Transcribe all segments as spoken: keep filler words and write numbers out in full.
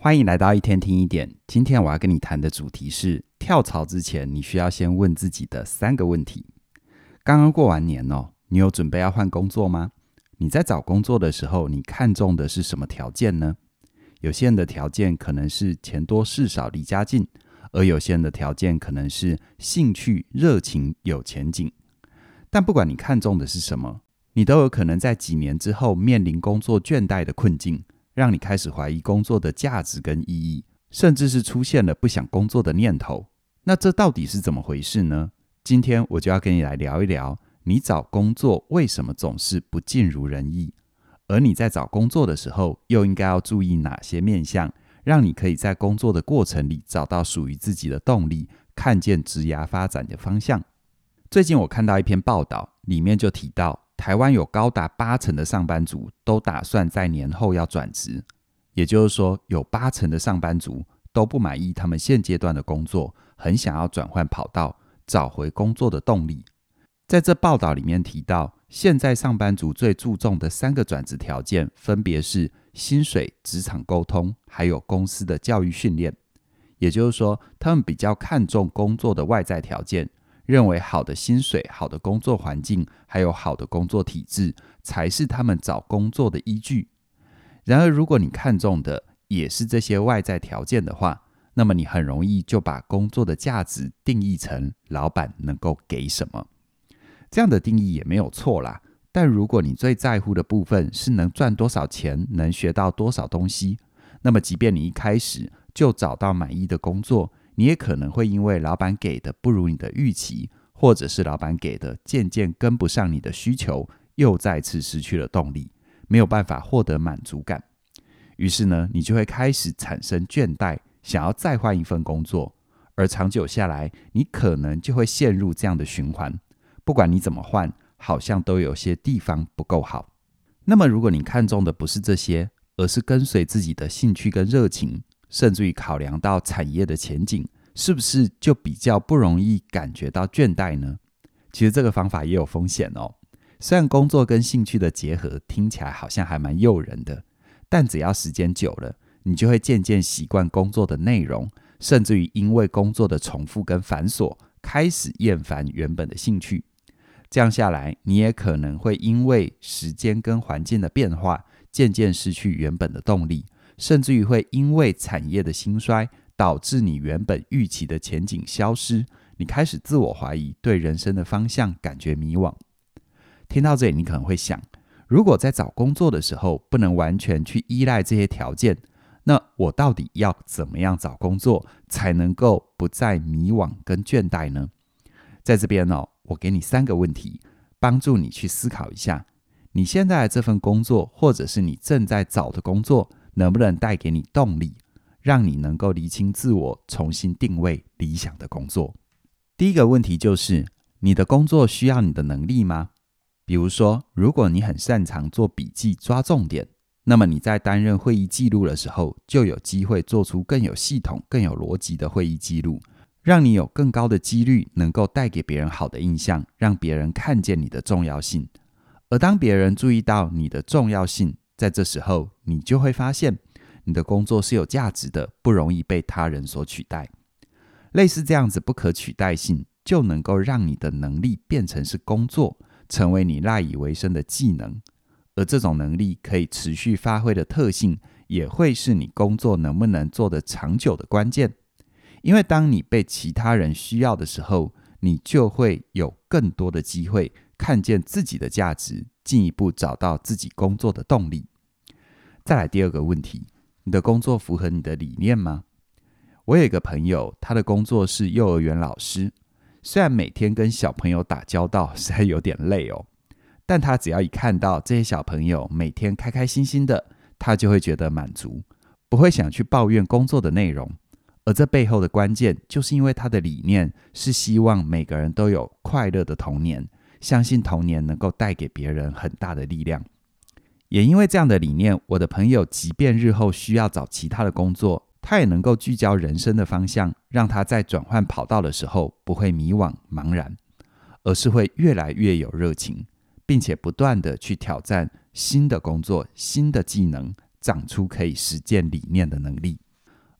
欢迎来到一天听一点。今天我要跟你谈的主题是跳槽之前你需要先问自己的三个问题。刚刚过完年哦，你有准备要换工作吗？你在找工作的时候，你看重的是什么条件呢？有些人的条件可能是钱多事少离家近，而有些人的条件可能是兴趣、热情、有前景。但不管你看重的是什么，你都有可能在几年之后面临工作倦怠的困境，让你开始怀疑工作的价值跟意义，甚至是出现了不想工作的念头。那这到底是怎么回事呢？今天我就要跟你来聊一聊，你找工作为什么总是不尽如人意，而你在找工作的时候又应该要注意哪些面向，让你可以在工作的过程里找到属于自己的动力，看见职涯发展的方向。最近我看到一篇报道，里面就提到台湾有高达八成的上班族都打算在年后要转职，也就是说有八成的上班族都不满意他们现阶段的工作，很想要转换跑道，找回工作的动力。在这报道里面提到，现在上班族最注重的三个转职条件分别是薪水、职场沟通，还有公司的教育训练。也就是说，他们比较看重工作的外在条件，认为好的薪水、好的工作环境，还有好的工作体制才是他们找工作的依据。然而，如果你看重的也是这些外在条件的话，那么你很容易就把工作的价值定义成老板能够给什么。这样的定义也没有错啦，但如果你最在乎的部分是能赚多少钱，能学到多少东西，那么即便你一开始就找到满意的工作，你也可能会因为老板给的不如你的预期，或者是老板给的渐渐跟不上你的需求，又再次失去了动力，没有办法获得满足感。于是呢，你就会开始产生倦怠，想要再换一份工作，而长久下来，你可能就会陷入这样的循环。不管你怎么换，好像都有些地方不够好。那么如果你看重的不是这些，而是跟随自己的兴趣跟热情，甚至于考量到产业的前景，是不是就比较不容易感觉到倦怠呢？其实这个方法也有风险哦。虽然工作跟兴趣的结合听起来好像还蛮诱人的，但只要时间久了，你就会渐渐习惯工作的内容，甚至于因为工作的重复跟繁琐，开始厌烦原本的兴趣。这样下来，你也可能会因为时间跟环境的变化，渐渐失去原本的动力，甚至于会因为产业的兴衰，导致你原本预期的前景消失，你开始自我怀疑，对人生的方向感觉迷惘。听到这里，你可能会想，如果在找工作的时候不能完全去依赖这些条件，那我到底要怎么样找工作，才能够不再迷惘跟倦怠呢？在这边哦，我给你三个问题，帮助你去思考一下，你现在的这份工作，或者是你正在找的工作，能不能带给你动力，让你能够厘清自我，重新定位理想的工作。第一个问题就是，你的工作需要你的能力吗？比如说，如果你很擅长做笔记、抓重点，那么你在担任会议记录的时候，就有机会做出更有系统、更有逻辑的会议记录，让你有更高的几率能够带给别人好的印象，让别人看见你的重要性。而当别人注意到你的重要性，在这时候你就会发现你的工作是有价值的，不容易被他人所取代。类似这样子不可取代性，就能够让你的能力变成是工作，成为你赖以为生的技能。而这种能力可以持续发挥的特性，也会是你工作能不能做得长久的关键。因为当你被其他人需要的时候，你就会有更多的机会看见自己的价值，进一步找到自己工作的动力。再来第二个问题，你的工作符合你的理念吗？我有一个朋友，他的工作是幼儿园老师，虽然每天跟小朋友打交道实在有点累哦，但他只要一看到这些小朋友每天开开心心的，他就会觉得满足，不会想去抱怨工作的内容。而这背后的关键，就是因为他的理念是希望每个人都有快乐的童年，相信童年能够带给别人很大的力量。也因为这样的理念，我的朋友即便日后需要找其他的工作，他也能够聚焦人生的方向，让他在转换跑道的时候不会迷惘茫然，而是会越来越有热情，并且不断的去挑战新的工作、新的技能，长出可以实践理念的能力。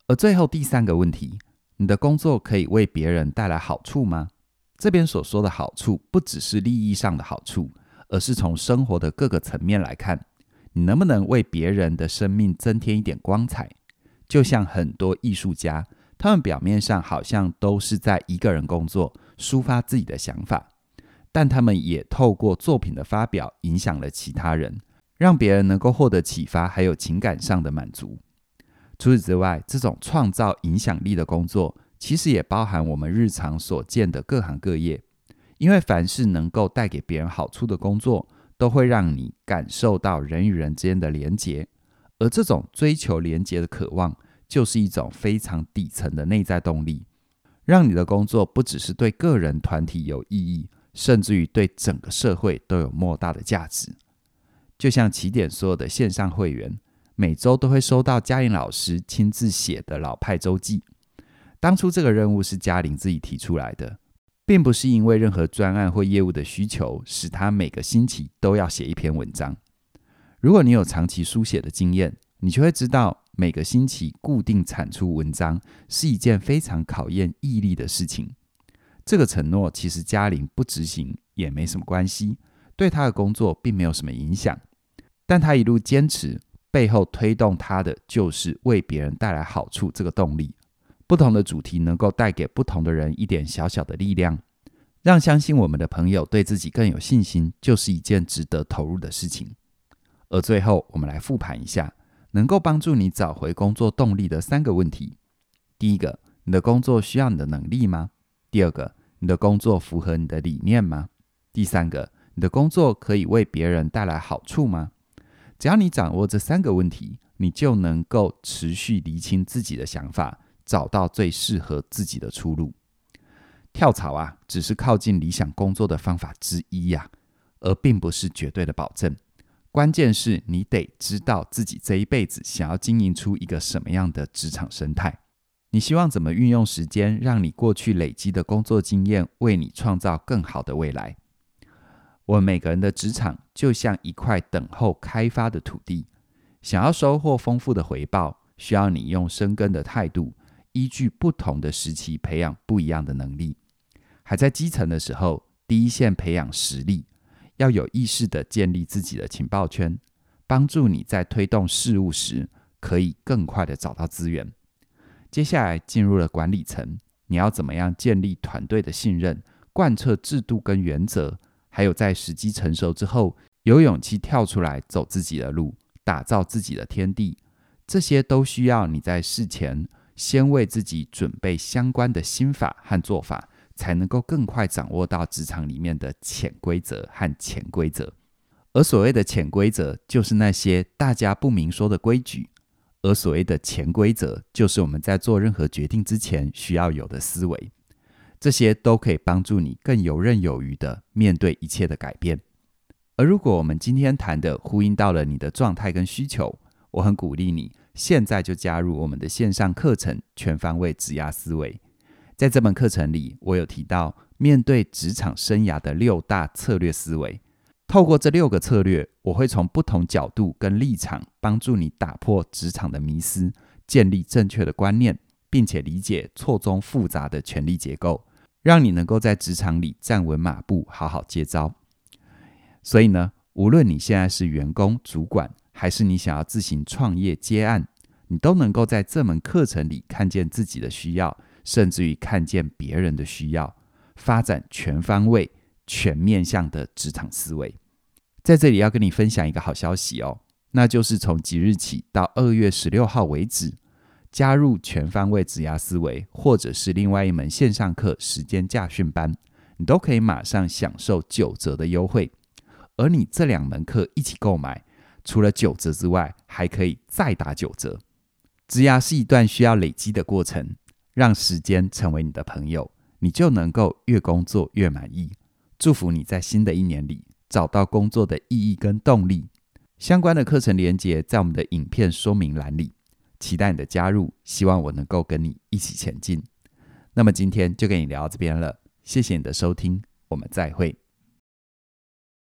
而最后第三个问题，你的工作可以为别人带来好处吗？这边所说的好处不只是利益上的好处，而是从生活的各个层面来看，你能不能为别人的生命增添一点光彩？就像很多艺术家，他们表面上好像都是在一个人工作，抒发自己的想法，但他们也透过作品的发表影响了其他人，让别人能够获得启发，还有情感上的满足。除此之外，这种创造影响力的工作其实也包含我们日常所见的各行各业，因为凡是能够带给别人好处的工作，都会让你感受到人与人之间的连结，而这种追求连结的渴望，就是一种非常底层的内在动力，让你的工作不只是对个人团体有意义，甚至于对整个社会都有莫大的价值。就像起点所有的线上会员，每周都会收到嘉玲老师亲自写的老派周记。当初这个任务是嘉玲自己提出来的，并不是因为任何专案或业务的需求，使他每个星期都要写一篇文章。如果你有长期书写的经验，你就会知道每个星期固定产出文章是一件非常考验毅力的事情。这个承诺其实嘉玲不执行也没什么关系，对他的工作并没有什么影响，但他一路坚持，背后推动他的就是为别人带来好处这个动力。不同的主题能够带给不同的人一点小小的力量，让相信我们的朋友对自己更有信心，就是一件值得投入的事情。而最后，我们来复盘一下能够帮助你找回工作动力的三个问题。第一个，你的工作需要你的能力吗？第二个，你的工作符合你的理念吗？第三个，你的工作可以为别人带来好处吗？只要你掌握这三个问题，你就能够持续厘清自己的想法，找到最适合自己的出路。跳槽啊，只是靠近理想工作的方法之一啊，而并不是绝对的保证。关键是你得知道自己这一辈子想要经营出一个什么样的职场生态。你希望怎么运用时间，让你过去累积的工作经验为你创造更好的未来。我们每个人的职场就像一块等候开发的土地，想要收获丰富的回报，需要你用深耕的态度，依据不同的时期培养不一样的能力。还在基层的时候，第一线培养实力，要有意识地建立自己的情报圈，帮助你在推动事务时可以更快地找到资源。接下来进入了管理层，你要怎么样建立团队的信任，贯彻制度跟原则，还有在时机成熟之后，有勇气跳出来走自己的路，打造自己的天地。这些都需要你在事前先为自己准备相关的心法和做法，才能够更快掌握到职场里面的潜规则和潜规则。而所谓的潜规则，就是那些大家不明说的规矩，而所谓的潜规则，就是我们在做任何决定之前需要有的思维。这些都可以帮助你更游刃有余地面对一切的改变。而如果我们今天谈的呼应到了你的状态跟需求，我很鼓励你现在就加入我们的线上课程全方位职涯思维。在这门课程里，我有提到面对职场生涯的六大策略思维。透过这六个策略，我会从不同角度跟立场帮助你打破职场的迷思，建立正确的观念，并且理解错综复杂的权力结构，让你能够在职场里站稳马步，好好接招。所以呢，无论你现在是员工、主管，还是你想要自行创业接案，你都能够在这门课程里看见自己的需要，甚至于看见别人的需要，发展全方位、全面向的职场思维。在这里要跟你分享一个好消息哦，那就是从即日起到二月十六号为止，加入全方位职涯思维，或者是另外一门线上课时间驾训班，你都可以马上享受九折的优惠。而你这两门课一起购买，除了九折之外，还可以再打九折。职涯是一段需要累积的过程，让时间成为你的朋友，你就能够越工作越满意。祝福你在新的一年里找到工作的意义跟动力。相关的课程连结在我们的影片说明栏里，期待你的加入，希望我能够跟你一起前进。那么今天就跟你聊到这边了，谢谢你的收听，我们再会。